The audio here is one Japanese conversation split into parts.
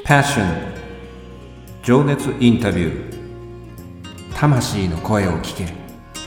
Passion 情熱インタビュー、魂の声を聞ける。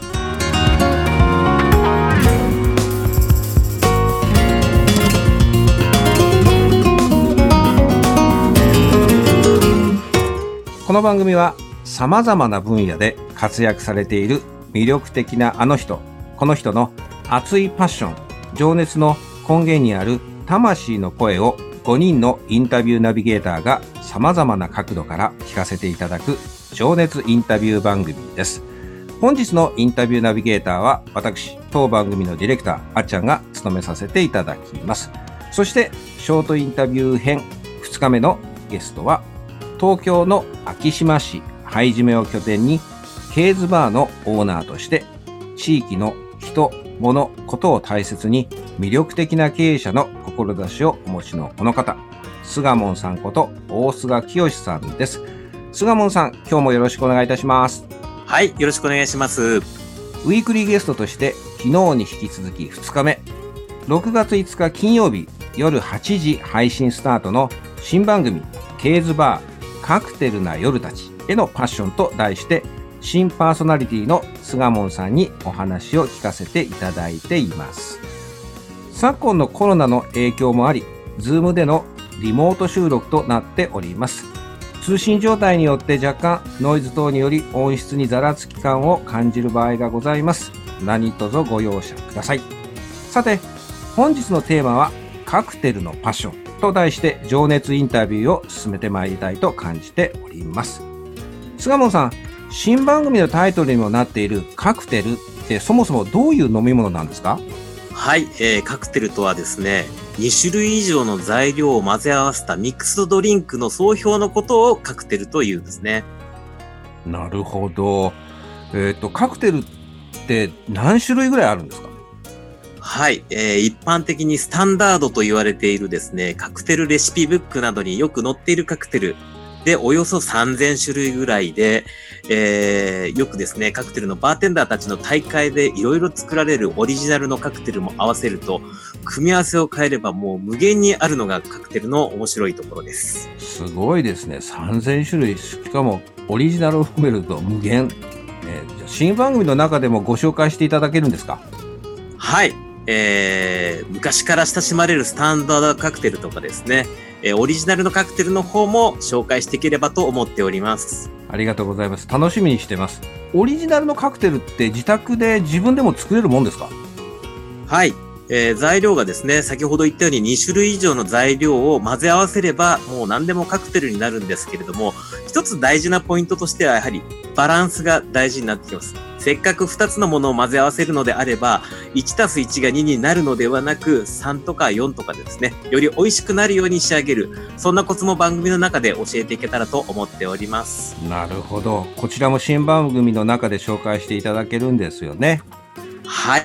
この番組はさまざまな分野で活躍されている魅力的なあの人この人の熱いパッション、情熱の根源にある魂の声を5人のインタビューナビゲーターがさまざまな角度から聞かせていただく情熱インタビュー番組です。本日のインタビューナビゲーターは私、当番組のディレクターあっちゃんが務めさせていただきます。そしてショートインタビュー編2日目のゲストは東京の昭島市拝島を拠点にケーズバーのオーナーとして地域の人、物、ことを大切に魅力的な経営者の志をお持ちのこの方、菅門さんこと大菅清さんです。菅門さん、今日もよろしくお願いいたします。 はい、よろしくお願いします。 ウィークリーゲストとして昨日に引き続き2日目、6月5日金曜日夜8時配信スタートの新番組ケーズバーカクテルな夜たちへのパッションと題して、新パーソナリティの菅門さんにお話を聞かせていただいています。昨今のコロナの影響もあり、Zoom でのリモート収録となっております。通信状態によって若干ノイズ等により音質にざらつき感を感じる場合がございます。何卒ご容赦ください。さて、本日のテーマはカクテルのパッションと題して情熱インタビューを進めてまいりたいと感じております。菅門さん、新番組のタイトルにもなっているカクテルってそもそもどういう飲み物なんですか？ はい、カクテルとはですね、2種類以上の材料を混ぜ合わせたミックスドドリンクの総称のことをカクテルというんですね。 なるほど。カクテルって何種類ぐらいあるんですか？ はい、一般的にスタンダードと言われているですね、カクテルレシピブックなどによく載っているカクテルでおよそ3000種類ぐらいで、よくですね、カクテルのバーテンダーたちの大会でいろいろ作られるオリジナルのカクテルも合わせると、組み合わせを変えればもう無限にあるのがカクテルの面白いところです。 すごいですね。3000種類、しかもオリジナルを含めると無限。じゃあ新番組の中でもご紹介していただけるんですか？ はい。昔から親しまれるスタンダードカクテルとかですね、オリジナルのカクテルの方も紹介していければと思っております。 ありがとうございます。楽しみにしてます。オリジナルのカクテルって自宅で自分でも作れるもんですか？ はい。材料がですね、先ほど言ったように2種類以上の材料を混ぜ合わせればもう何でもカクテルになるんですけれども、一つ大事なポイントとしてはやはりバランスが大事になってきます。せっかく2つのものを混ぜ合わせるのであれば、1+1 が2になるのではなく、3とか4とかでですね、より美味しくなるように仕上げる。そんなコツも番組の中で教えていけたらと思っております。 なるほど。こちらも新番組の中で紹介していただけるんですよね。 はい。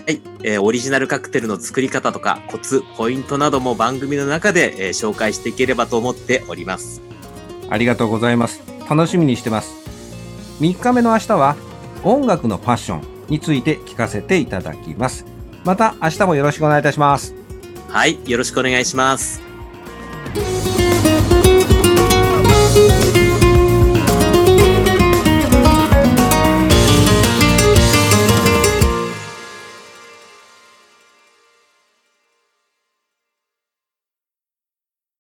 オリジナルカクテルの作り方とか、コツ、ポイントなども番組の中で、紹介していければと思っております。 ありがとうございます。楽しみにしてます。3日目の明日は、音楽のパッションについて聞かせていただきます。また明日もよろしくお願いいたします。 はい、よろしくお願いします。